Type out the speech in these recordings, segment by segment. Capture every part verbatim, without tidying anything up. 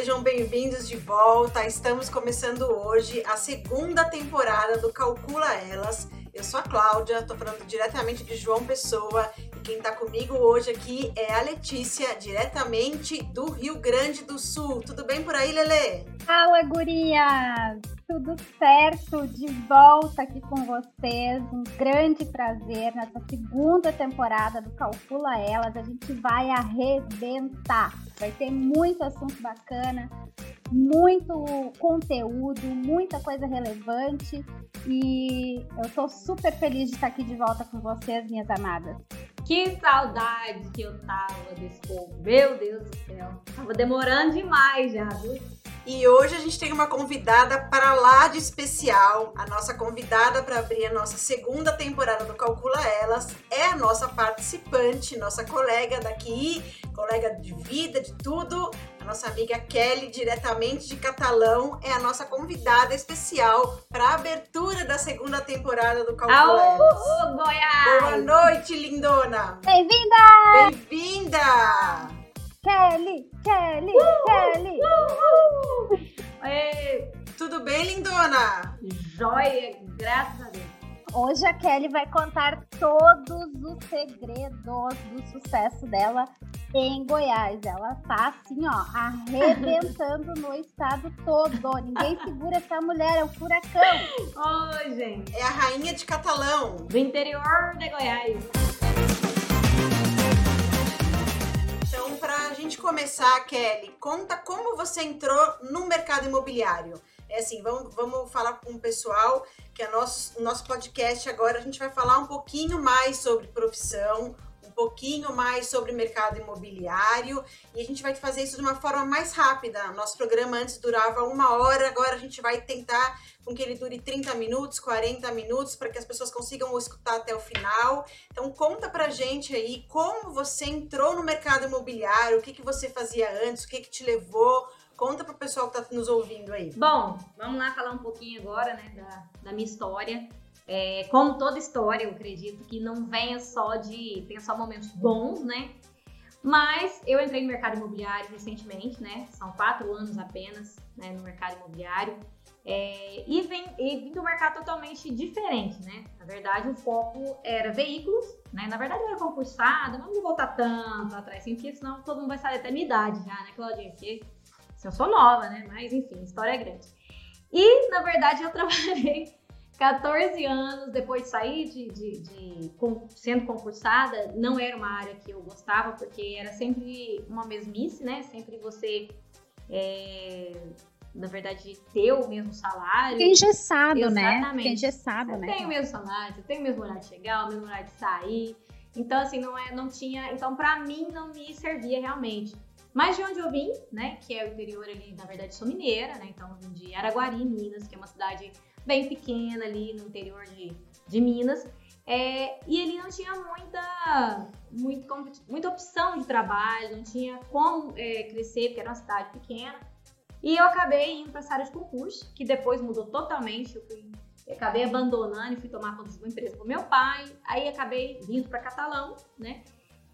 sejam bem-vindos de volta. Estamos começando hoje a segunda temporada do Calcula Elas. Eu sou a Cláudia, estou falando diretamente de João Pessoa e quem está comigo hoje aqui é a Letícia, diretamente do Rio Grande do Sul. Tudo bem por aí, Lelê? Fala, gurias! Tudo certo? De volta aqui com vocês. Um grande prazer nessa segunda temporada do Calcula Elas. A gente vai arrebentar. Vai ter muito assunto bacana, muito conteúdo, muita coisa relevante. E eu tô super feliz de estar aqui de volta com vocês, minhas amadas. Que saudade que eu tava desse povo. Meu Deus do céu. Tava demorando demais já, viu? E hoje a gente tem uma convidada para lá de especial. A nossa convidada para abrir a nossa segunda temporada do Calcula Elas é a nossa participante, nossa colega daqui, colega de vida, de tudo. A nossa amiga Kelly, diretamente de Catalão, é a nossa convidada especial para a abertura da segunda temporada do Calcula Aô, Elas. Goiás! Boa noite, lindona! Bem-vinda! Bem-vinda! Kelly, Kelly, uh, Kelly! Uh, uh. Ei, tudo bem, lindona? Joia, graças a Deus. Hoje a Kelly vai contar todos os segredos do sucesso dela em Goiás. Ela tá assim, ó, arrebentando no estado todo. Ninguém segura essa mulher, é um furacão. Oi, gente. É a rainha de Catalão. Do interior de Goiás. Então, pra gente começar, Kelly, conta como você entrou no mercado imobiliário. É assim, vamos, vamos falar com o pessoal que é nosso, o nosso podcast agora, a gente vai falar um pouquinho mais sobre profissão, um pouquinho mais sobre mercado imobiliário e a gente vai fazer isso de uma forma mais rápida. Nosso programa antes durava uma hora, agora a gente vai tentar com que ele dure trinta minutos, quarenta minutos, para que as pessoas consigam escutar até o final. Então conta pra gente aí como você entrou no mercado imobiliário, o que, que você fazia antes, o que, que te levou. Conta pro pessoal que tá nos ouvindo aí. Bom, vamos lá falar um pouquinho agora, né, da, da minha história. É, como toda história, eu acredito que não venha só de... Tenha só momentos bons, né? Mas eu entrei no mercado imobiliário recentemente, né? São quatro anos apenas, né, no mercado imobiliário. É, e, vem, e vim do mercado totalmente diferente, né? Na verdade, o foco era veículos, né? Na verdade, eu era concursada, mas não vou voltar tanto atrás, assim, porque senão todo mundo vai saber até a minha idade já, né, Claudinha? Porque eu sou nova, né? Mas, enfim, a história é grande. E, na verdade, eu trabalhei quatorze anos depois de sair de, de, de, de sendo concursada. Não era uma área que eu gostava, porque era sempre uma mesmice, né? Sempre você, é, na verdade, ter o mesmo salário. Fica engessado, Exatamente. né? Fica engessado, você né? Tem o mesmo salário, você tem o mesmo horário de chegar, o mesmo horário de sair. Então, assim, não, é, não tinha... Então, pra mim, não me servia realmente. Mas de onde eu vim, né, que é o interior ali, na verdade sou mineira, né, então vim de Araguari, Minas, que é uma cidade bem pequena ali no interior de, de Minas, é, e ele não tinha muita, muito, muita opção de trabalho, não tinha como é, crescer, porque era uma cidade pequena, e eu acabei indo para essa área de concurso, que depois mudou totalmente, eu fui, eu acabei abandonando e fui tomar conta de uma empresa com meu pai, aí acabei vindo para Catalão, né.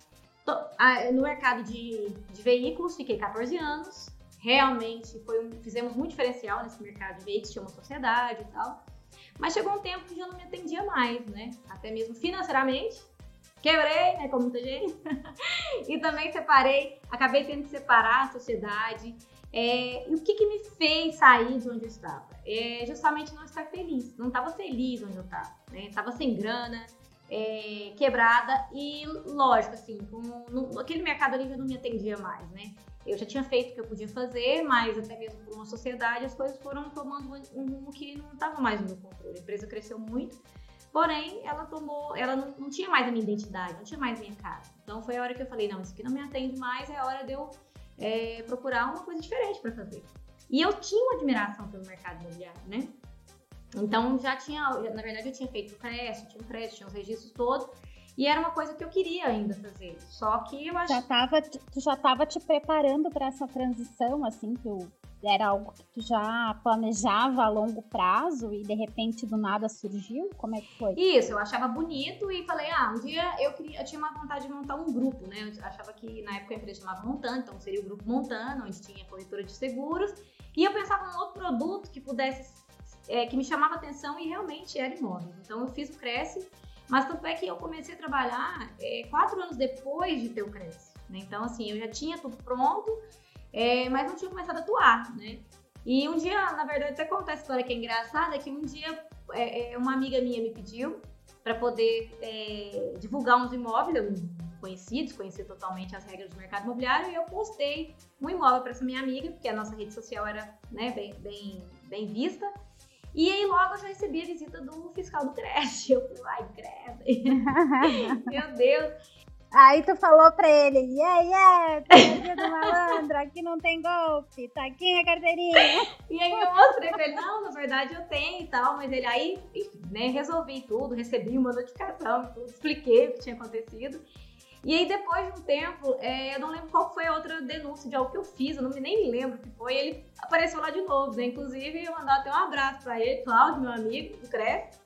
No mercado de, de veículos, fiquei quatorze anos, realmente foi um, fizemos muito diferencial nesse mercado de veículos, tinha uma sociedade e tal, mas chegou um tempo que já não me atendia mais, né, até mesmo financeiramente, quebrei, né, como muita gente, e também separei, acabei tendo que separar a sociedade, é, e o que que me fez sair de onde eu estava? É justamente não estar feliz, não estava feliz onde eu estava, né, estava sem grana, É, quebrada e, lógico, assim, com, no, aquele mercado ali já não me atendia mais, né? Eu já tinha feito o que eu podia fazer, mas até mesmo por uma sociedade as coisas foram tomando um rumo que não estava mais no meu controle. A empresa cresceu muito, porém ela tomou, ela não, não tinha mais a minha identidade, não tinha mais a minha cara. Então foi a hora que eu falei, não, isso aqui não me atende mais, é a hora de eu é, procurar uma coisa diferente para fazer. E eu tinha uma admiração pelo mercado imobiliário, né? Então, já tinha, na verdade, eu tinha feito o crédito, tinha o crédito, tinha os registros todos, e era uma coisa que eu queria ainda fazer. Só que eu acho já tava, tu já estava te preparando para essa transição, assim, que o, era algo que tu já planejava a longo prazo e de repente do nada surgiu? Como é que foi? Isso, eu achava bonito e falei, ah, um dia eu, queria, eu tinha uma vontade de montar um grupo, né? Eu achava que na época a empresa chamava Montana, então seria o grupo Montana, onde tinha corretora de seguros. E eu pensava num outro produto que pudesse, é, que me chamava atenção e realmente era imóveis. Então eu fiz o Cresce, mas tanto é que eu comecei a trabalhar é, quatro anos depois de ter o Cresce, né? Então assim, eu já tinha tudo pronto, é, mas não tinha começado a atuar, né? E um dia, na verdade, até conta a história que é engraçada, que um dia é, uma amiga minha me pediu para poder é, divulgar uns imóveis, eu conheci, desconheci totalmente as regras do mercado imobiliário, e eu postei um imóvel para essa minha amiga, porque a nossa rede social era, né, bem, bem, bem vista. E aí logo eu já recebi a visita do fiscal do Cresce. Eu falei, ai, credo. Meu Deus. Aí tu falou pra ele, yeah, yeah, pegadinha do malandro, aqui não tem golpe, tá aqui minha carteirinha. E aí eu mostrei pra ele, não, na verdade eu tenho e tal, mas ele aí, enfim, né, resolvi tudo, recebi uma notificação, tudo, expliquei o que tinha acontecido. E aí depois de um tempo, é, eu não lembro qual foi a outra denúncia de algo que eu fiz, eu não me, nem me lembro o que foi, ele apareceu lá de novo, né, inclusive eu mandava até um abraço pra ele, Cláudio, meu amigo, do Cresce.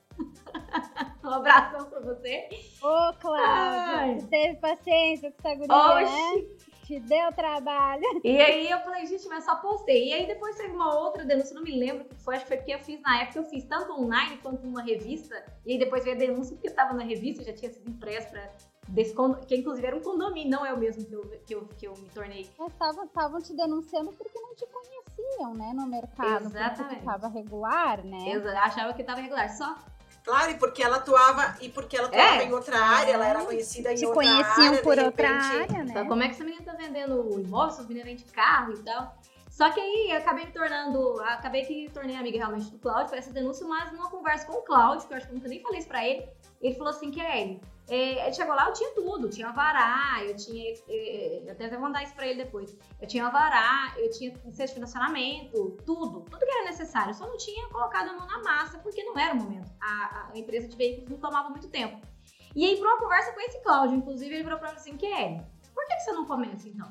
Um abração pra você. Ô, Cláudio, tu teve paciência com essa guria, né? Te deu trabalho. E aí eu falei, gente, mas só postei. E aí depois teve uma outra denúncia, não me lembro o que foi, acho que foi porque eu fiz na época, eu fiz tanto online quanto numa revista. E aí depois veio a denúncia porque estava na revista, já tinha sido impresso pra desse condomínio, que inclusive era um condomínio, não é o mesmo que eu, que eu, que eu me tornei. Estavam te denunciando porque não te conheciam, né, no mercado. Exatamente. Porque tu tava regular, né? Eu achava que estava regular, só... Claro, e porque ela atuava, e porque ela atuava É. em outra área, ela era conhecida em Te outra área. conheciam por de outra repente- área, né? Então, como é que essa menina tá vendendo imóvel, essa menina vende carro e tal? Só que aí eu acabei me tornando, acabei que tornei amiga realmente do Cláudio, foi essa denúncia, mas numa conversa com o Cláudio, que eu acho que eu nunca nem falei isso pra ele, ele falou assim, Kelly, é, ele chegou lá, eu tinha tudo, tinha alvará, eu tinha, é, eu até vou mandar isso pra ele depois, eu tinha alvará, eu tinha licença de financiamento, tudo, tudo que era necessário, eu só não tinha colocado a mão na massa, porque não era o momento, a, a empresa de veículos não tomava muito tempo. E aí, pra uma conversa com esse Cláudio, inclusive, ele virou pra mim assim, Kelly, por que, que você não começa então?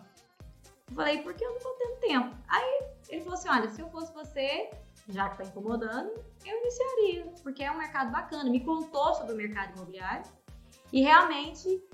Eu falei, porque eu não tô tendo tempo. Aí ele falou assim, olha, se eu fosse você, já que tá incomodando, eu iniciaria, porque é um mercado bacana. Me contou sobre o mercado imobiliário e realmente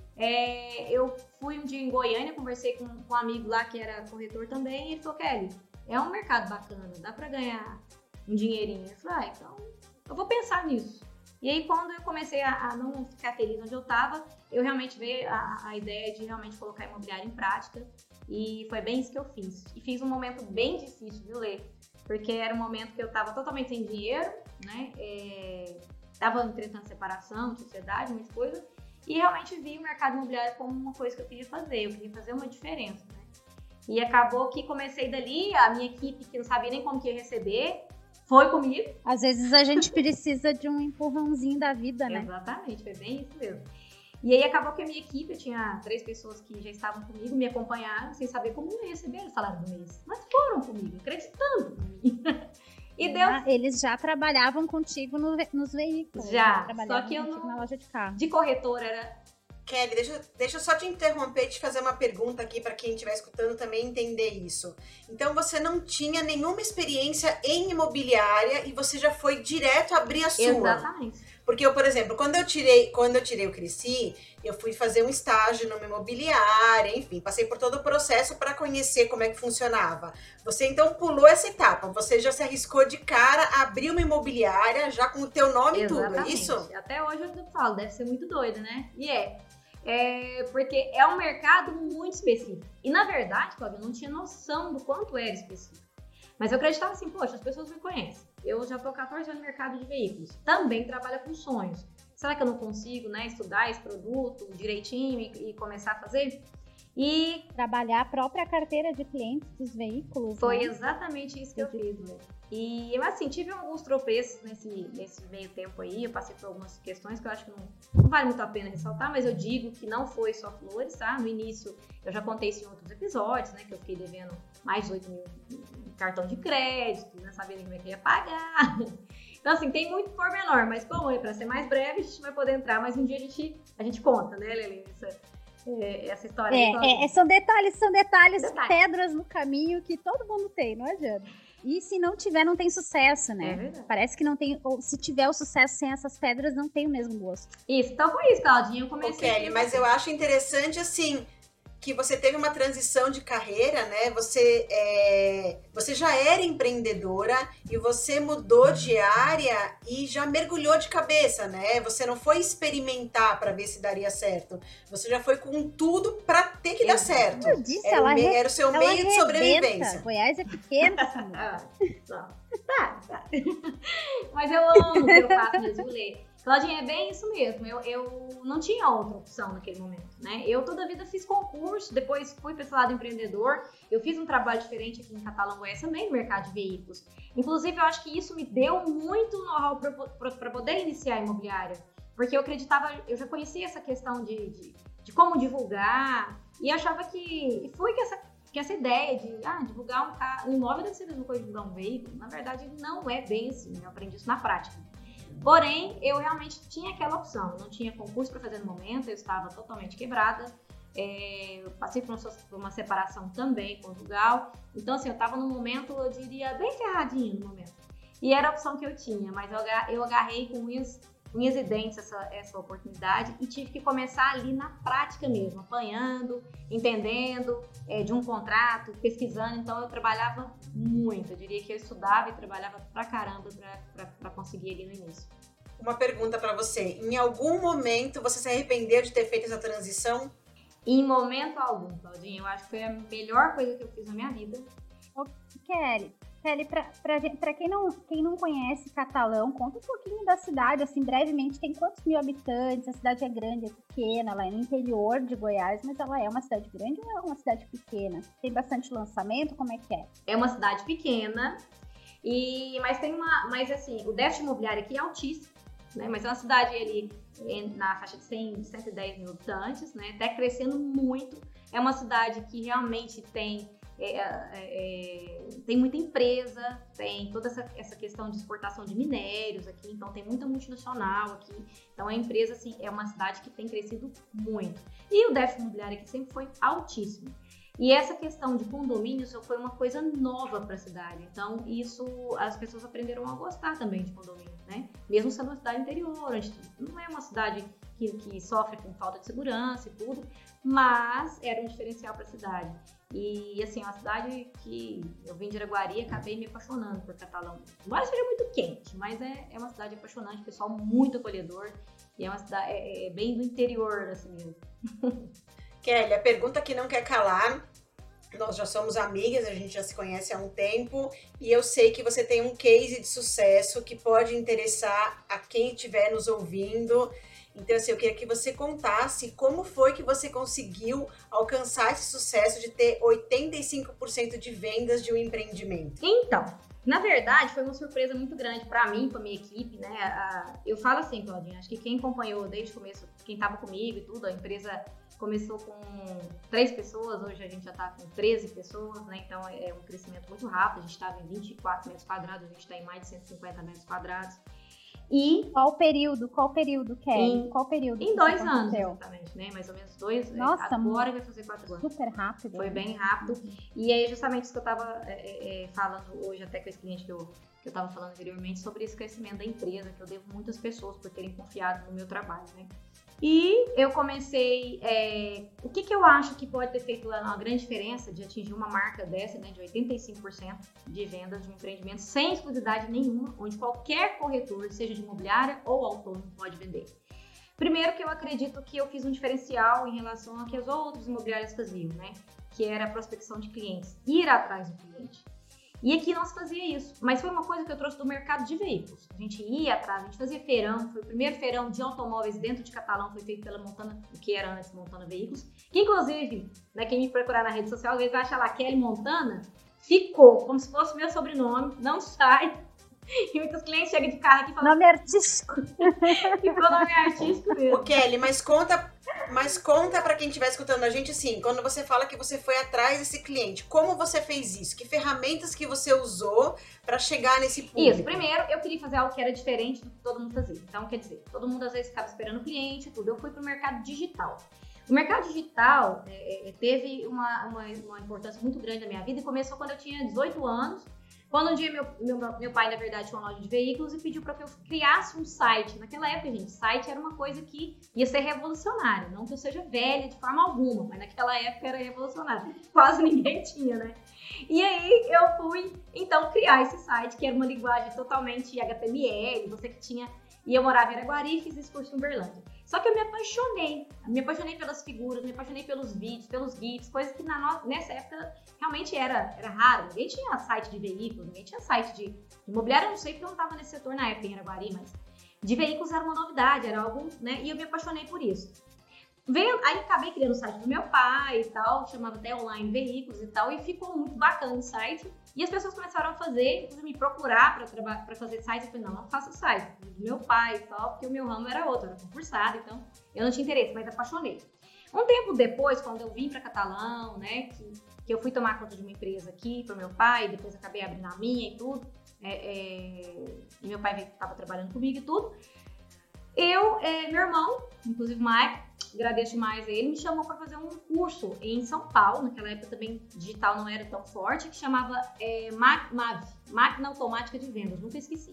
é, eu fui um dia em Goiânia, conversei com, com um amigo lá que era corretor também, e ele falou, Kelly, é um mercado bacana, dá pra ganhar um dinheirinho. Eu falei, ah, então eu vou pensar nisso. E aí, quando eu comecei a, a não ficar feliz onde eu estava, eu realmente veio a, a ideia de realmente colocar imobiliário em prática. E foi bem isso que eu fiz. E fiz um momento bem difícil, viu, Lê? Porque era um momento que eu estava totalmente sem dinheiro, né? É, tava tentando separação, sociedade, muita coisa. E realmente vi o mercado imobiliário como uma coisa que eu queria fazer. Eu queria fazer uma diferença, né? E acabou que comecei dali, a minha equipe, que não sabia nem como que ia receber, foi comigo. Às vezes a gente precisa de um empurrãozinho da vida, né? Exatamente, foi bem isso mesmo. E aí acabou que a minha equipe, eu tinha três pessoas que já estavam comigo, me acompanharam, sem saber como eu ia receber o salário do mês. Mas foram comigo, acreditando em mim. E deu... Ah, eles já trabalhavam contigo no, nos veículos. Já, trabalhavam só que eu contigo não- na loja de carro. De corretora era... Kelly, deixa, deixa eu só te interromper e te fazer uma pergunta aqui para quem estiver escutando também entender isso. Então, você não tinha nenhuma experiência em imobiliária e você já foi direto abrir a sua. Exatamente. Porque eu, por exemplo, quando eu tirei, quando eu tirei o Cresci, eu fui fazer um estágio numa imobiliária, enfim, passei por todo o processo para conhecer como é que funcionava. Você então pulou essa etapa, você já se arriscou de cara a abrir uma imobiliária já com o teu nome e tudo, é Exatamente. isso? Até hoje eu falo, deve ser muito doido, né? E é. É porque é um mercado muito específico. E na verdade, Cláudia, eu não tinha noção do quanto era específico. Mas eu acreditava assim, poxa, as pessoas me conhecem. Eu já tô há quatorze anos no mercado de veículos. Também trabalho com sonhos. Será que eu não consigo, né, estudar esse produto direitinho e, e começar a fazer? E Trabalhar a própria carteira de clientes dos veículos, foi né? exatamente isso que eu fiz, né? E eu, assim, tive alguns tropeços nesse, nesse meio tempo aí, eu passei por algumas questões que eu acho que não, não vale muito a pena ressaltar, mas eu digo que não foi só flores, tá? No início, eu já contei isso em outros episódios, né? Que eu fiquei devendo mais de oito mil em cartão de crédito, não sabia nem como é que ia pagar. Então, assim, tem muito pormenor, mas como é pra ser mais breve, a gente vai poder entrar, mas um dia a gente, a gente conta, né, Lelê? Essa, é, essa história. É, aí, é, são detalhes, são detalhes, Detalhe. pedras no caminho que todo mundo tem, não adianta. E se não tiver, não tem sucesso, né? É verdade. Parece que não tem, ou se tiver o sucesso sem essas pedras, não tem o mesmo gosto. Isso, então foi isso, Claudinha. Eu comecei... Ô, Kelly, mas eu acho interessante, assim, que você teve uma transição de carreira, né? Você, é, você já era empreendedora e você mudou de área e já mergulhou de cabeça, né? Você não foi experimentar para ver se daria certo. Você já foi com tudo para ter que dar certo. Eu disse, era, ela o, me- re- era o seu ela meio de arrebenta. sobrevivência. Goiás é pequeno. Ah, não. Tá, tá. Mas eu amo o que eu faço mesmo, Lê. Claudinha, é bem isso mesmo. Eu, eu não tinha outra opção naquele momento, né? Eu toda a vida fiz concurso, depois fui para esse lado empreendedor. Eu fiz um trabalho diferente aqui em Catalão Goiás também no mercado de veículos. Inclusive, eu acho que isso me deu muito know-how para poder iniciar a imobiliária. Porque eu acreditava, eu já conhecia essa questão de, de, de como divulgar e achava que... E fui que essa... que essa ideia de ah, divulgar um, carro, um imóvel deve ser a mesma coisa de divulgar um veículo, na verdade não é bem assim, eu aprendi isso na prática. Porém, eu realmente tinha aquela opção, eu não tinha concurso para fazer no momento, eu estava totalmente quebrada, é, eu passei por uma, por uma separação também conjugal, então assim, eu estava num momento, eu diria, bem ferradinho no momento. E era a opção que eu tinha, mas eu, eu agarrei com unhas, unhas e dentes essa, essa oportunidade e tive que começar ali na prática mesmo, apanhando, entendendo é, de um contrato, pesquisando. Então eu trabalhava muito, eu diria que eu estudava e trabalhava pra caramba pra, pra, pra conseguir ali no início. Uma pergunta para você. Em algum momento você se arrependeu de ter feito essa transição? Em momento algum, Claudinha, eu acho que foi a melhor coisa que eu fiz na minha vida. Ô, Kelly, Kelly, pra, pra, pra quem, não, quem não conhece Catalão, conta um pouquinho da cidade, assim, brevemente. Tem quantos mil habitantes? A cidade é grande, é pequena, ela é no interior de Goiás, mas ela é uma cidade grande ou é uma cidade pequena? Tem bastante lançamento? Como é que é? É uma cidade pequena, e, mas tem uma. Mas assim, o déficit imobiliário aqui é altíssimo, né? Mas é uma cidade ali na faixa de cem, cento e dez mil habitantes, né? Até crescendo muito. É uma cidade que realmente tem. É, é, tem muita empresa, tem toda essa, essa questão de exportação de minérios aqui, então tem muita multinacional aqui, então a empresa assim, é uma cidade que tem crescido muito. E o déficit imobiliário aqui sempre foi altíssimo. E essa questão de condomínios foi uma coisa nova para a cidade, então isso as pessoas aprenderam a gostar também de condomínio, né? Mesmo sendo uma cidade interior, onde não é uma cidade que, que sofre com falta de segurança e tudo, mas era um diferencial para a cidade. E assim, é uma cidade que eu vim de Araguari e acabei me apaixonando por Catalão. Embora seja muito quente, mas é, é uma cidade apaixonante, pessoal muito acolhedor. E é uma cidade é, é bem do interior, assim mesmo. Kelly, a pergunta que não quer calar. Nós já somos amigas, a gente já se conhece há um tempo. E eu sei que você tem um case de sucesso que pode interessar a quem estiver nos ouvindo. Então, assim, eu queria que você contasse como foi que você conseguiu alcançar esse sucesso de ter oitenta e cinco por cento de vendas de um empreendimento. Então, na verdade, foi uma surpresa muito grande para mim, para minha equipe, né? Eu falo assim, Claudinha, acho que quem acompanhou desde o começo, quem estava comigo e tudo, a empresa começou com três pessoas, hoje a gente já está com treze pessoas, né? Então, é um crescimento muito rápido, a gente estava em vinte e quatro metros quadrados, a gente está em mais de cento e cinquenta metros quadrados. E qual período? Qual período, Kelly? Em, qual período? Em dois anos, exatamente, né? Mais ou menos dois. Nossa, agora vai fazer quatro anos. Super rápido. Foi bem rápido. E aí, justamente isso que eu estava é, é, falando hoje, até com esse cliente que eu, que eu estava falando anteriormente, sobre esse crescimento da empresa, que eu devo muitas pessoas por terem confiado no meu trabalho, né? E eu comecei, é, o que, que eu acho que pode ter feito uma grande diferença de atingir uma marca dessa, né, de oitenta e cinco por cento de vendas de um empreendimento sem exclusividade nenhuma, onde qualquer corretor, seja de imobiliária ou autônomo, pode vender. Primeiro que eu acredito que eu fiz um diferencial em relação ao que as outras imobiliárias faziam, né, que era a prospecção de clientes, ir atrás do cliente. E aqui não se fazia isso, mas foi uma coisa que eu trouxe do mercado de veículos. A gente ia atrás, a gente fazia feirão, foi o primeiro feirão de automóveis dentro de Catalão, foi feito pela Montana, o que era antes Montana Veículos, que inclusive, né, quem me procurar na rede social, às vezes acha lá Kelly Montana, ficou como se fosse meu sobrenome, não sai. E muitos clientes chegam de carro aqui e falam... Nome artístico. Ficou nome artístico mesmo. Ô, Kelly, mas conta, mas conta pra quem estiver escutando a gente, assim, quando você fala que você foi atrás desse cliente, como você fez isso? Que ferramentas que você usou pra chegar nesse público? Isso, primeiro eu queria fazer algo que era diferente do que todo mundo fazia. Então, quer dizer, todo mundo às vezes ficava esperando o cliente e tudo. Eu fui pro mercado digital. O mercado digital é, teve uma, uma, uma importância muito grande na minha vida e começou quando eu tinha dezoito anos, quando um dia meu, meu, meu pai, na verdade, tinha uma loja de veículos e pediu para que eu criasse um site. Naquela época, gente, site era uma coisa que ia ser revolucionária. Não que eu seja velha de forma alguma, mas naquela época era revolucionária. Quase ninguém tinha, né? E aí eu fui, então, criar esse site, que era uma linguagem totalmente H T M L, você que tinha... E eu morava em Araguari e fiz esse curso em Uberlândia. Só que eu me apaixonei, me apaixonei pelas figuras, me apaixonei pelos vídeos, pelos GIFs, coisas que na no... nessa época realmente era, era raro. Ninguém tinha site de veículos, ninguém tinha site de, de imobiliário, eu não sei porque eu não estava nesse setor na época em Araguari, mas de veículos era uma novidade, era algo, né? E eu me apaixonei por isso. Veio, aí acabei criando o site do meu pai e tal, chamava até Online Veículos e tal, e ficou muito bacana o site. E as pessoas começaram a fazer, inclusive me procurar para fazer site. Eu falei, não, não faço site, do meu pai e tal, porque o meu ramo era outro, era concursado, então eu não tinha interesse, mas apaixonei. Um tempo depois, quando eu vim para Catalão, né, que, que eu fui tomar conta de uma empresa aqui para meu pai, depois acabei abrindo a minha e tudo, é, é, e meu pai estava trabalhando comigo e tudo, eu, é, meu irmão, inclusive o Mike, agradeço demais a ele, me chamou para fazer um curso em São Paulo, naquela época também digital não era tão forte, que chamava é, M A V, Máquina Automática de Vendas, nunca esqueci.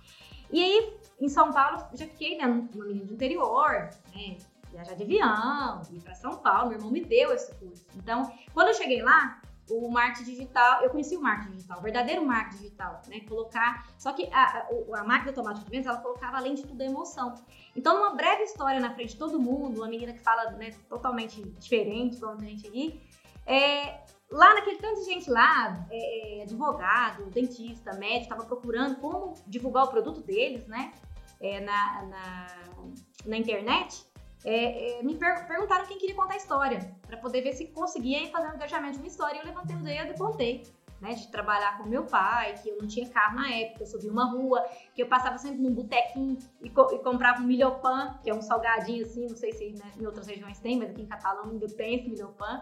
E aí, em São Paulo, já fiquei, né, uma menina do interior, né, viajar de avião, ir para São Paulo, meu irmão me deu esse curso. Então, quando eu cheguei lá, o marketing digital, eu conheci o marketing digital, o verdadeiro marketing digital, né? Colocar, só que a, a, a máquina automática de vendas, ela colocava além de tudo a emoção. Então, numa breve história na frente de todo mundo, uma menina que fala, né, totalmente diferente, como a gente ri, é, lá naquele tanto de gente lá, é, advogado, dentista, médico, estava procurando como divulgar o produto deles, né, é, na, na, na internet. É, é, me per- perguntaram quem queria contar a história, para poder ver se conseguia fazer um engajamento de uma história. E eu levantei o dedo e contei, né, de trabalhar com meu pai, que eu não tinha carro na época, eu subia uma rua, que eu passava sempre num botequinho e, co- e comprava um milhopan, que é um salgadinho assim, não sei se, né, em outras regiões tem, mas aqui em Catalão ainda tem esse milhopan.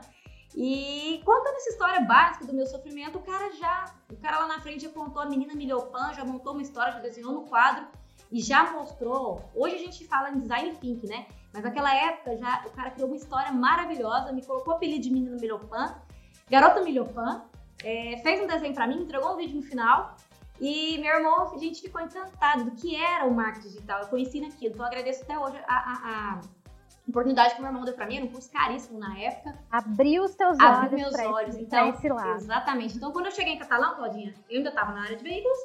E contando essa história básica do meu sofrimento, o cara já, o cara lá na frente já contou a menina milhopan, já montou uma história, já desenhou no quadro e já mostrou. Hoje a gente fala em design thinking, né? Mas naquela época, já, o cara criou uma história maravilhosa, me colocou o apelido de menina milhopan, garota milhopan, é, fez um desenho pra mim, entregou um vídeo no final, e meu irmão, a gente ficou encantado do que era o marketing digital, eu conheci naquilo, então eu agradeço até hoje a, a, a oportunidade que meu irmão deu pra mim, era um curso caríssimo na época. Abriu os teus Abriu olhos meus pra olhos, esse, então, pra esse lado. Exatamente. Então, quando eu cheguei em Catalão, Claudinha, eu ainda tava na área de veículos,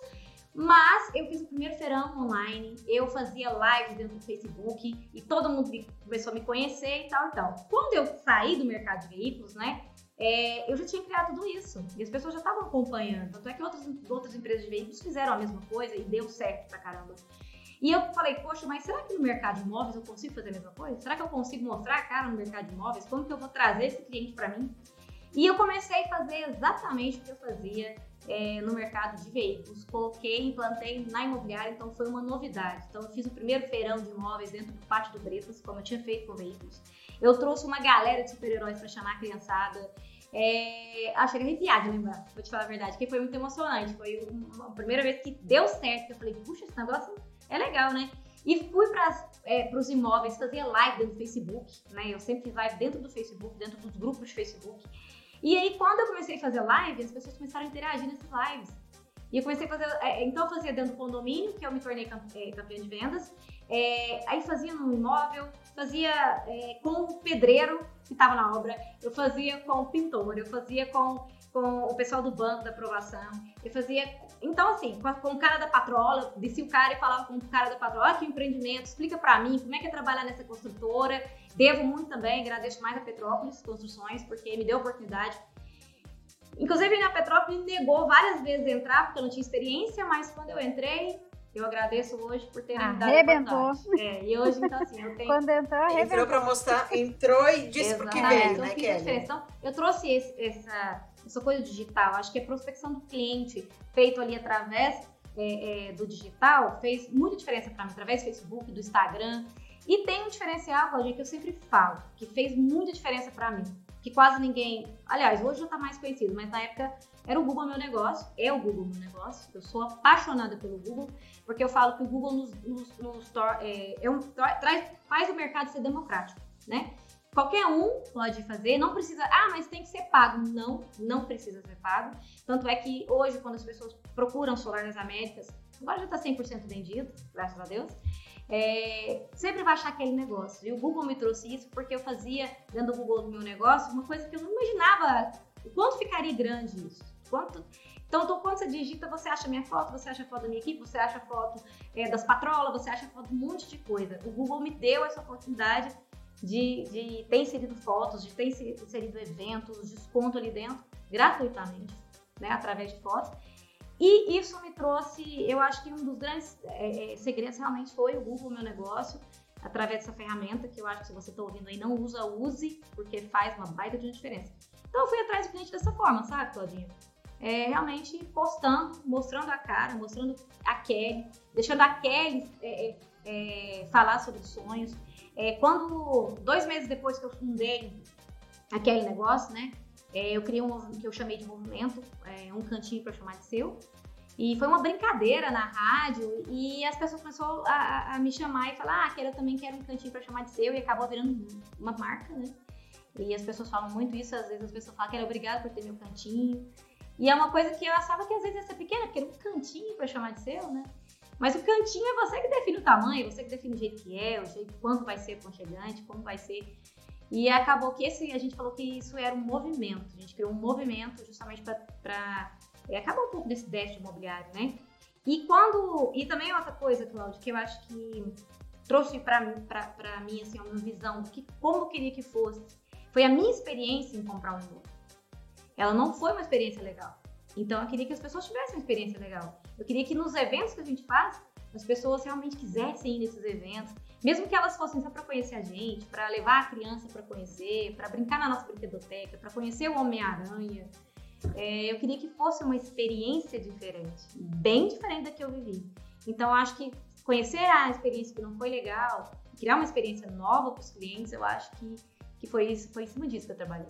mas eu fiz o primeiro feirão online, eu fazia lives dentro do Facebook e todo mundo me, começou a me conhecer e tal e tal. Quando eu saí do mercado de veículos, né, é, eu já tinha criado tudo isso e as pessoas já estavam acompanhando. Tanto é que outras, outras empresas de veículos fizeram a mesma coisa e deu certo pra caramba. E eu falei, poxa, mas será que no mercado de imóveis eu consigo fazer a mesma coisa? Será que eu consigo mostrar a cara no mercado de imóveis? Como que eu vou trazer esse cliente pra mim? E eu comecei a fazer exatamente o que eu fazia é, no mercado de veículos. Coloquei, implantei na imobiliária, então foi uma novidade. Então eu fiz o primeiro feirão de imóveis dentro do Pátio do Bretas, como eu tinha feito com veículos. Eu trouxe uma galera de super-heróis para chamar a criançada. É... Ah, chega arrepiada de lembrar, vou te falar a verdade, que foi muito emocionante. Foi uma primeira vez que deu certo, que eu falei, puxa, esse negócio é legal, né? E fui para é, os imóveis, fazia live dentro do Facebook, né? Eu sempre fiz live dentro do Facebook, dentro dos grupos de Facebook. E aí, quando eu comecei a fazer live, as pessoas começaram a interagir nessas lives. E eu comecei a fazer... É, então, eu fazia dentro do condomínio, que eu me tornei campeã de vendas. É, aí, fazia no imóvel, fazia é, com o pedreiro que estava na obra. Eu fazia com o pintor, eu fazia com, com o pessoal do banco da aprovação. Eu fazia... Então, assim, com, com o cara da patrola, descia o cara e falava com o cara da patrola, olha que empreendimento, explica pra mim como é que é trabalhar nessa construtora. Devo muito também, agradeço mais a Petrópolis Construções, porque me deu a oportunidade. Inclusive, a Petrópolis me negou várias vezes entrar, porque eu não tinha experiência, mas quando eu entrei, eu agradeço hoje por terem me dado a oportunidade. É, e hoje, então, assim, eu tenho... Quando entrou, arrebentou. Entrou pra mostrar, entrou e disse pro que veio, então, né, Kelly? Então, eu trouxe esse, essa, essa coisa digital, acho que a prospecção do cliente, feito ali através é, é, do digital, fez muita diferença pra mim, através do Facebook, do Instagram. E tem um diferencial, Claudinha, que eu sempre falo, que fez muita diferença pra mim, que quase ninguém... Aliás, hoje já tá mais conhecido, mas na época era o Google meu negócio, é o Google meu negócio, eu sou apaixonada pelo Google, porque eu falo que o Google nos, nos, nos tor- é, é um, traz, faz o mercado ser democrático, né? qualquer um pode fazer, não precisa, ah, mas tem que ser pago. Não, não precisa ser pago. Tanto é que hoje, quando as pessoas procuram solar nas Américas, agora já está cem por cento vendido, graças a Deus, é, sempre vai achar aquele negócio. E o Google me trouxe isso porque eu fazia, dentro do Google do meu negócio, uma coisa que eu não imaginava o quanto ficaria grande isso. Quanto... Então, quando você digita, você acha minha foto, você acha a foto da minha equipe, você acha a foto é, das patrolas, você acha a foto de um monte de coisa. O Google me deu essa oportunidade de, de ter inserido fotos, de ter inserido eventos, desconto ali dentro, gratuitamente, né, através de fotos. E isso me trouxe, eu acho que um dos grandes é, segredos realmente foi o Google Meu Negócio, através dessa ferramenta, que eu acho que se você está ouvindo aí, não usa, use, porque faz uma baita de diferença. Então, eu fui atrás do cliente dessa forma, sabe, Claudinha? É, realmente postando, mostrando a cara, mostrando a Kelly, deixando a Kelly é, é, falar sobre os sonhos. É, quando, dois meses depois que eu fundei aquele negócio, né, é, eu criei um que eu chamei de movimento, é, um cantinho para chamar de seu. E foi uma brincadeira na rádio e as pessoas começaram a, a me chamar e falar, ah, que eu também quero um cantinho para chamar de seu, e acabou virando uma marca, né? E as pessoas falam muito isso, às vezes as pessoas falam que era obrigada por ter meu cantinho. E é uma coisa que eu achava que às vezes ia ser pequena, porque era um cantinho para chamar de seu, né? Mas o cantinho é você que define o tamanho, você que define o jeito que é, o jeito quanto vai ser aconchegante, como vai ser. E acabou que esse, a gente falou que isso era um movimento, a gente criou um movimento justamente para é, acabar um pouco desse déficit imobiliário, né? E quando, e também outra coisa, Cláudia, que eu acho que trouxe para mim assim, uma visão do que, como eu queria que fosse, foi a minha experiência em comprar um imóvel. Ela não foi uma experiência legal. Então, eu queria que as pessoas tivessem uma experiência legal. Eu queria que nos eventos que a gente faz, as pessoas realmente quisessem ir nesses eventos, mesmo que elas fossem só para conhecer a gente, para levar a criança para conhecer, para brincar na nossa brinquedoteca, para conhecer o Homem-Aranha. É, eu queria que fosse uma experiência diferente, bem diferente da que eu vivi. Então, eu acho que conhecer a experiência que não foi legal, criar uma experiência nova para os clientes, eu acho que, que foi, isso, foi em cima disso que eu trabalhei.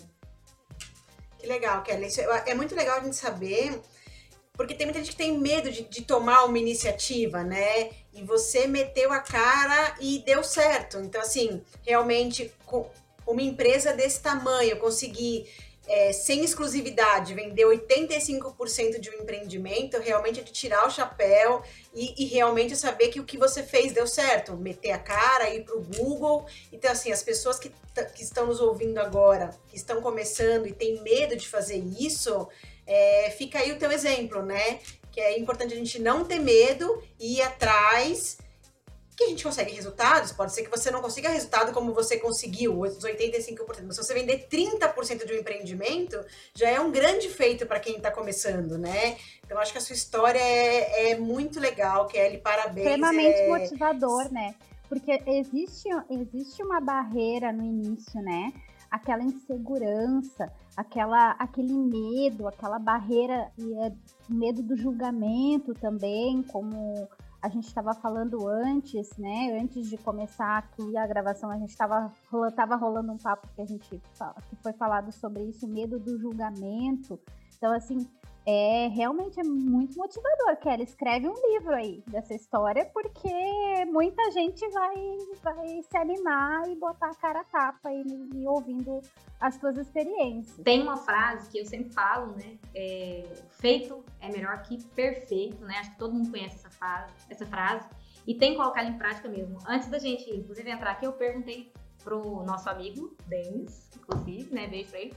Que legal, Kelly. Isso é muito legal a gente saber, porque tem muita gente que tem medo de, de tomar uma iniciativa, né? E você meteu a cara e deu certo. Então, assim, realmente, com uma empresa desse tamanho, conseguir, é, sem exclusividade, vender oitenta e cinco por cento de um empreendimento, realmente é de tirar o chapéu e, e realmente saber que o que você fez deu certo. Meter a cara, ir para o Google. Então, assim, as pessoas que, que estão nos ouvindo agora, que estão começando e têm medo de fazer isso, é, fica aí o teu exemplo, né? Que é importante a gente não ter medo e ir atrás, que a gente consegue resultados. Pode ser que você não consiga resultado como você conseguiu, os oitenta e cinco por cento, mas se você vender trinta por cento de um empreendimento, já é um grande feito para quem está começando, né? Então, acho que a sua história é, é muito legal, Kelly, parabéns. Extremamente é... motivador, né? Porque existe, existe uma barreira no início, né? Aquela insegurança, aquela, aquele medo, aquela barreira, e é, medo do julgamento também, como a gente estava falando antes, né? Antes de começar aqui a gravação, a gente estava tava rolando um papo que a gente que foi falado sobre isso, o medo do julgamento. Então, assim, é realmente é muito motivador, Kelly. Escreve um livro aí dessa história, porque muita gente vai, vai se animar e botar a cara a tapa e, e ouvindo as suas experiências. Tem uma frase que eu sempre falo, né? É, feito é melhor que perfeito, né? Acho que todo mundo conhece essa frase, essa frase e tem que colocar ela em prática mesmo. Antes da gente, inclusive, entrar aqui, eu perguntei pro nosso amigo, Denis, inclusive, né? Beijo pra ele.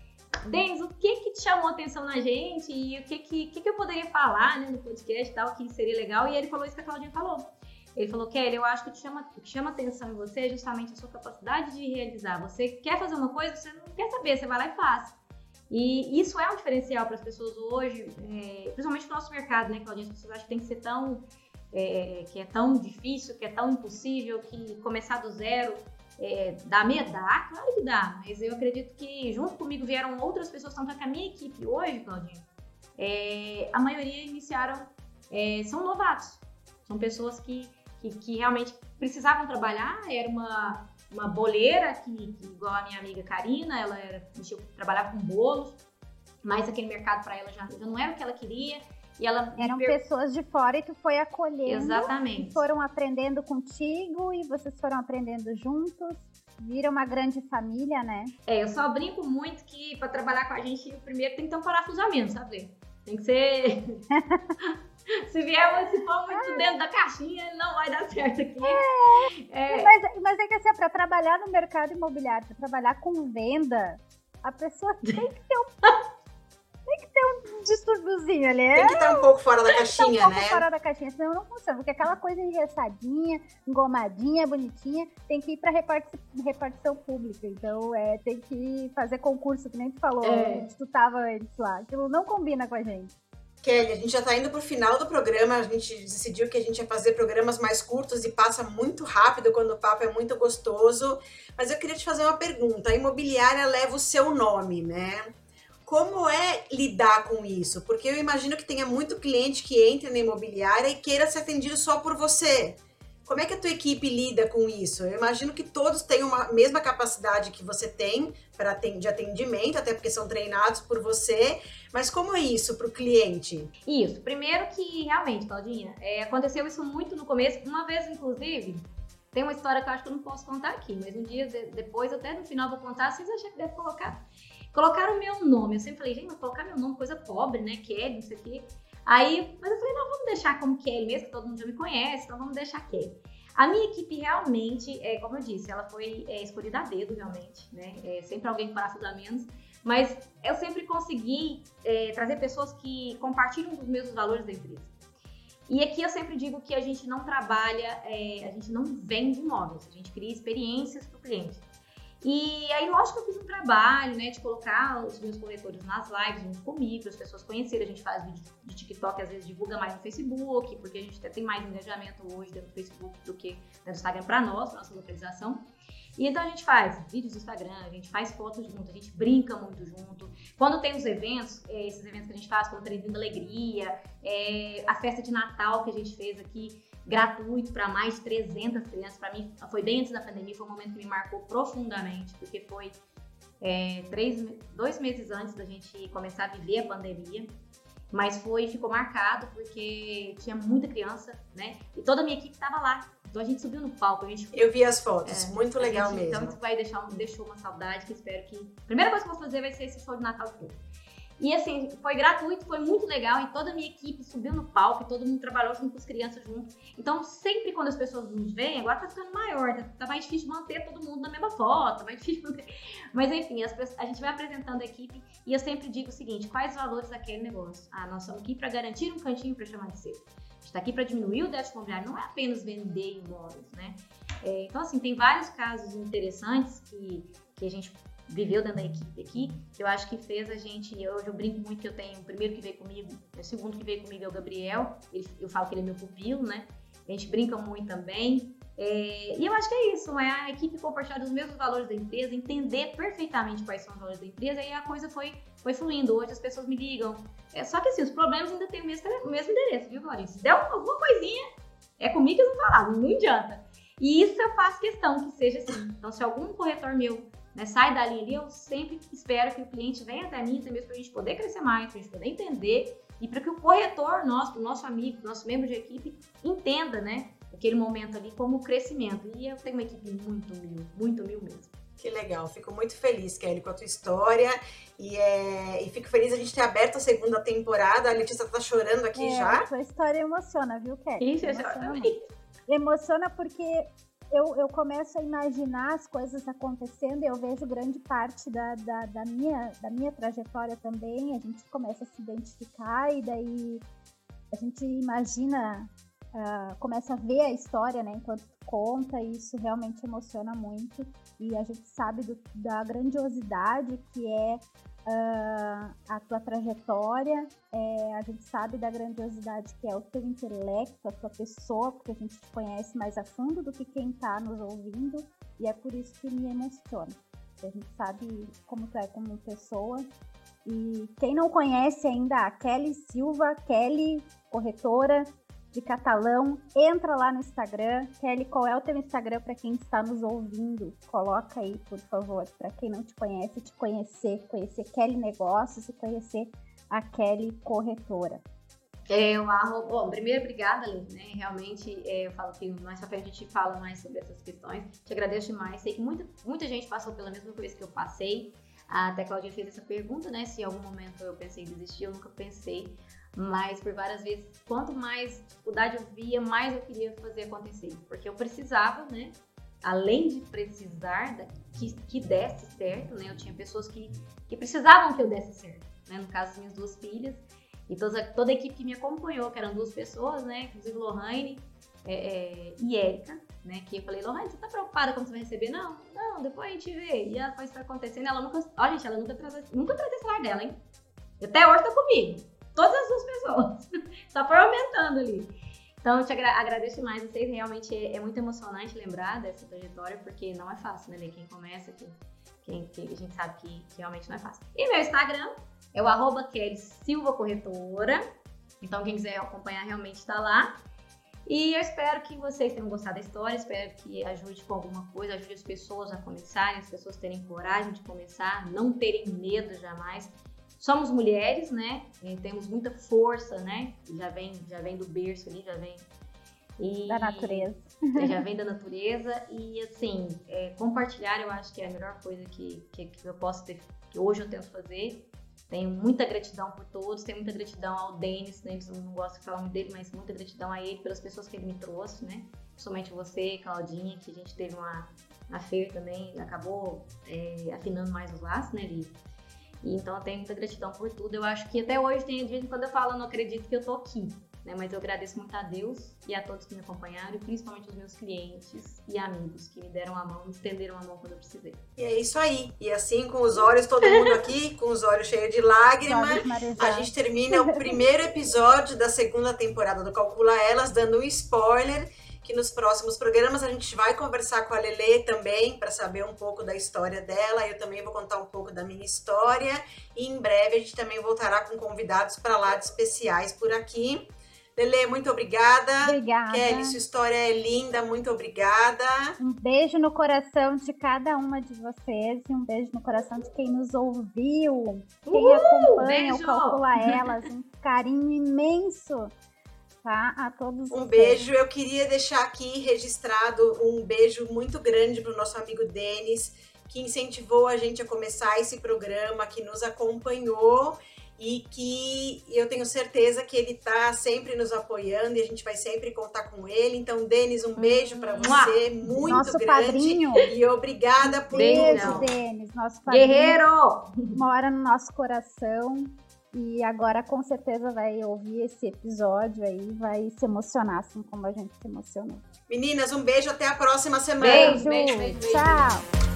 Denis, o que que te chamou a atenção na gente e o que que, que, que eu poderia falar, né, no podcast e tal, que seria legal? E ele falou isso que a Claudinha falou. Ele falou, Kelly, eu acho que o que chama, o que chama atenção em você é justamente a sua capacidade de realizar. Você quer fazer uma coisa, você não quer saber, você vai lá e faz. E isso é um diferencial para as pessoas hoje, é, principalmente no nosso mercado, né, Claudinha? As pessoas acham que tem que ser tão, é, que é tão difícil, que é tão impossível, que começar do zero... É, dá medo? Dá? Claro que dá, mas eu acredito que junto comigo vieram outras pessoas, tanto é que a minha equipe hoje, Claudinha, é, a maioria iniciaram, é, são novatos, são pessoas que, que, que realmente precisavam trabalhar, era uma, uma boleira, que, que, igual a minha amiga Karina, ela era, mexia, trabalhava com bolos, mas aquele mercado para ela já, já não era o que ela queria, E ela Eram per... pessoas de fora e tu foi acolhendo. Exatamente. E foram aprendendo contigo e vocês foram aprendendo juntos. Viram uma grande família, né? É, eu só brinco muito que pra trabalhar com a gente, primeiro tem que ter um parafusamento, sabe? Tem que ser... Se vier, se for muito ah. dentro da caixinha, não vai dar certo aqui. É. É. Mas, mas é que assim, pra trabalhar no mercado imobiliário, pra trabalhar com venda, a pessoa tem que ter um... Tem que ter um distúrbiozinho ali. Tem que estar um pouco fora da caixinha, né? Um pouco né? fora da caixinha, senão não funciona. Porque aquela coisa engessadinha, engomadinha, bonitinha, tem que ir pra repartição, repartição pública. Então, é, tem que fazer concurso, que nem tu falou, é. onde tu tava antes lá. Aquilo não combina com a gente. Kelly, a gente já tá indo pro final do programa, a gente decidiu que a gente ia fazer programas mais curtos e passa muito rápido quando o papo é muito gostoso. Mas eu queria te fazer uma pergunta. A imobiliária leva o seu nome, né? Como é lidar com isso? Porque eu imagino que tenha muito cliente que entre na imobiliária e queira ser atendido só por você. Como é que a tua equipe lida com isso? Eu imagino que todos têm uma mesma capacidade que você tem para de atendimento, até porque são treinados por você. Mas como é isso para o cliente? Isso. Primeiro que, realmente, Claudinha, é, aconteceu isso muito no começo. Uma vez, inclusive, tem uma história que eu acho que eu não posso contar aqui, mas um dia de, depois, até no final, vou contar. Vocês acham que deve colocar... Colocaram o meu nome. Eu sempre falei, gente, mas colocar meu nome, coisa pobre, né? Kelly, não sei o quê. Aí, mas eu falei, não, vamos deixar como Kelly mesmo, que todo mundo já me conhece, então vamos deixar Kelly. A minha equipe realmente, é, como eu disse, ela foi é, escolhida a dedo, realmente, né? É, sempre alguém com parafuso a menos. Mas eu sempre consegui é, trazer pessoas que compartilham dos mesmos valores da empresa. E aqui eu sempre digo que a gente não trabalha, é, a gente não vende imóveis, a gente cria experiências para o cliente. E aí, lógico que eu fiz um trabalho, né, de colocar os meus corretores nas lives junto comigo, para as pessoas conhecerem. A gente faz vídeo de TikTok, às vezes divulga mais no Facebook, porque a gente até tem mais engajamento hoje dentro do Facebook do que no Instagram para nós, pra nossa localização. E então a gente faz vídeos no Instagram, a gente faz fotos junto, a gente brinca muito junto. Quando tem os eventos, é, esses eventos que a gente faz, como o Trem da Alegria, é, a festa de Natal que a gente fez aqui, gratuito para mais de trezentas crianças. Para mim, foi bem antes da pandemia, foi um momento que me marcou profundamente, porque foi é, três, dois meses antes da gente começar a viver a pandemia. Mas foi, ficou marcado porque tinha muita criança, né? E toda a minha equipe estava lá. Então a gente subiu no palco. A gente, eu vi as fotos, é, muito legal gente, mesmo. Então isso vai deixar, deixou uma saudade que espero que... A primeira coisa que eu vou fazer vai ser esse show de Natal todo. E assim, foi gratuito, foi muito legal, e toda a minha equipe subiu no palco, e todo mundo trabalhou junto com as crianças juntos. Então, sempre quando as pessoas nos veem, agora tá ficando maior, tá, tá mais difícil manter todo mundo na mesma foto, tá mais difícil manter... Mas enfim, as pessoas, a gente vai apresentando a equipe, e eu sempre digo o seguinte, quais os valores daquele negócio? Ah, nós estamos aqui para garantir um cantinho para chamar de seu. A gente tá aqui para diminuir o déficit imobiliário, não é apenas vender imóveis, né? É, então, assim, tem vários casos interessantes que, que a gente... viveu dentro da equipe aqui, que eu acho que fez a gente, hoje eu brinco muito que eu tenho o primeiro que veio comigo, o segundo que veio comigo é o Gabriel, ele, eu falo que ele é meu pupilo, né, a gente brinca muito também, é, e eu acho que é isso, é a equipe compartilhar os mesmos valores da empresa, entender perfeitamente quais são os valores da empresa, e a coisa foi, foi fluindo, hoje as pessoas me ligam, é, só que assim, os problemas ainda têm o mesmo, o mesmo endereço, viu, Claudinha? Se der alguma coisinha, é comigo que eles vão falar, não adianta, e isso eu faço questão que seja assim, então se algum corretor meu né, sai da linha ali, eu sempre espero que o cliente venha até mim, até mesmo para a gente poder crescer mais, para a gente poder entender e para que o corretor nosso, o nosso amigo, o nosso membro de equipe, entenda, né, aquele momento ali como crescimento. E eu tenho uma equipe muito mil, muito mil mesmo. Que legal, fico muito feliz, Kelly, com a tua história e, é, e fico feliz a gente ter aberto a segunda temporada. A Letícia tá chorando aqui é, já. A tua história emociona, viu, Kelly? Isso, emociona muito. Emociona porque... Eu, eu começo a imaginar as coisas acontecendo e eu vejo grande parte da, da, da, minha, da minha trajetória também. A gente começa a se identificar e daí a gente imagina, uh, começa a ver a história, né, enquanto conta, e isso realmente emociona muito. E a gente sabe do, da grandiosidade que é Uh, a tua trajetória, é, a gente sabe da grandiosidade que é o teu intelecto, a tua pessoa, porque a gente te conhece mais a fundo do que quem está nos ouvindo, e é por isso que me emociona. A gente sabe como tu é como pessoa, e quem não conhece ainda a Kelly Silva, Kelly, corretora de Catalão, entra lá no Instagram. Kelly, qual é o teu Instagram para quem está nos ouvindo? Coloca aí, por favor, para quem não te conhece, te conhecer, conhecer Kelly Negócios e conhecer a Kelly Corretora. É, eu arroba... Bom, primeiro, obrigada, Lê, né? Realmente, é, eu falo que mais pra frente a gente fala mais sobre essas questões. Te agradeço demais. Sei que muita, muita gente passou pela mesma coisa que eu passei. Até a Claudinha fez essa pergunta, né? Se em algum momento eu pensei em desistir, eu nunca pensei. Mas por várias vezes, quanto mais dificuldade eu via, mais eu queria fazer acontecer. Porque eu precisava, né? Além de precisar da, que, que desse certo, né? Eu tinha pessoas que, que precisavam que eu desse certo, né? No caso, minhas duas filhas. E toda, toda a equipe que me acompanhou, que eram duas pessoas, né? Inclusive Lohane é, é, e Érica, né? Que eu falei, Lohane, você tá preocupada como você vai receber? Não, não, depois a gente vê. E ela foi isso acontecendo. Ela nunca, ó, gente, ela nunca trazia, nunca trazia celular dela, hein? Até hoje tá comigo. Todas as duas pessoas. Só foi aumentando ali. Então, eu te agra- agradeço demais. Vocês realmente é, é muito emocionante lembrar dessa trajetória, porque não é fácil, né? Quem começa, quem, quem, quem a gente sabe que, que realmente não é fácil. E meu Instagram é o arroba Kelly Silva Corretora. Então, quem quiser acompanhar realmente está lá. E eu espero que vocês tenham gostado da história. Espero que ajude com alguma coisa, ajude as pessoas a começarem, as pessoas terem coragem de começar, não terem medo jamais. Somos mulheres, né? E temos muita força, né? Já vem, já vem do berço ali, já vem... E, da natureza. Já vem da natureza. E, assim, é, compartilhar eu acho que é a melhor coisa que, que, que eu posso ter, que hoje eu tento fazer. Tenho muita gratidão por todos, tenho muita gratidão ao Denis, né? Eu não gosto de falar muito dele, mas muita gratidão a ele pelas pessoas que ele me trouxe, né? Principalmente você, Claudinha, que a gente teve uma, uma feira também, acabou é, afinando mais os laços, né, Li? E então eu tenho muita gratidão por tudo. Eu acho que até hoje tem dia quando eu falo, eu não acredito que eu tô aqui, né? Mas eu agradeço muito a Deus e a todos que me acompanharam, e principalmente os meus clientes e amigos que me deram a mão, me estenderam a mão quando eu precisei. E é isso aí. E assim, com os olhos, todo mundo aqui, com os olhos cheios de lágrimas, a gente termina o primeiro episódio da segunda temporada do Calcula Elas, dando um spoiler, que nos próximos programas a gente vai conversar com a Lelê também, para saber um pouco da história dela. Eu também vou contar um pouco da minha história. E em breve a gente também voltará com convidados para lá de especiais por aqui. Lelê, muito obrigada. Obrigada. Kelly, sua história é linda, muito obrigada. Um beijo no coração de cada uma de vocês e um beijo no coração de quem nos ouviu, quem uh, acompanha o Calcula Elas. Um carinho imenso, tá? A todos Um vocês. beijo. Eu queria deixar aqui registrado um beijo muito grande para o nosso amigo Denis, que incentivou a gente a começar esse programa, que nos acompanhou. E que eu tenho certeza que ele tá sempre nos apoiando e a gente vai sempre contar com ele. Então, Denis, um beijo para você, muito nosso grande. Padrinho. E obrigada por beijo, tudo. Denis, nosso padrinho. Guerreiro! Mora no nosso coração e agora com certeza vai ouvir esse episódio aí, vai se emocionar assim como a gente se emocionou. Meninas, um beijo, até a próxima semana. Beijo, beijo, beijo, beijo. Tchau!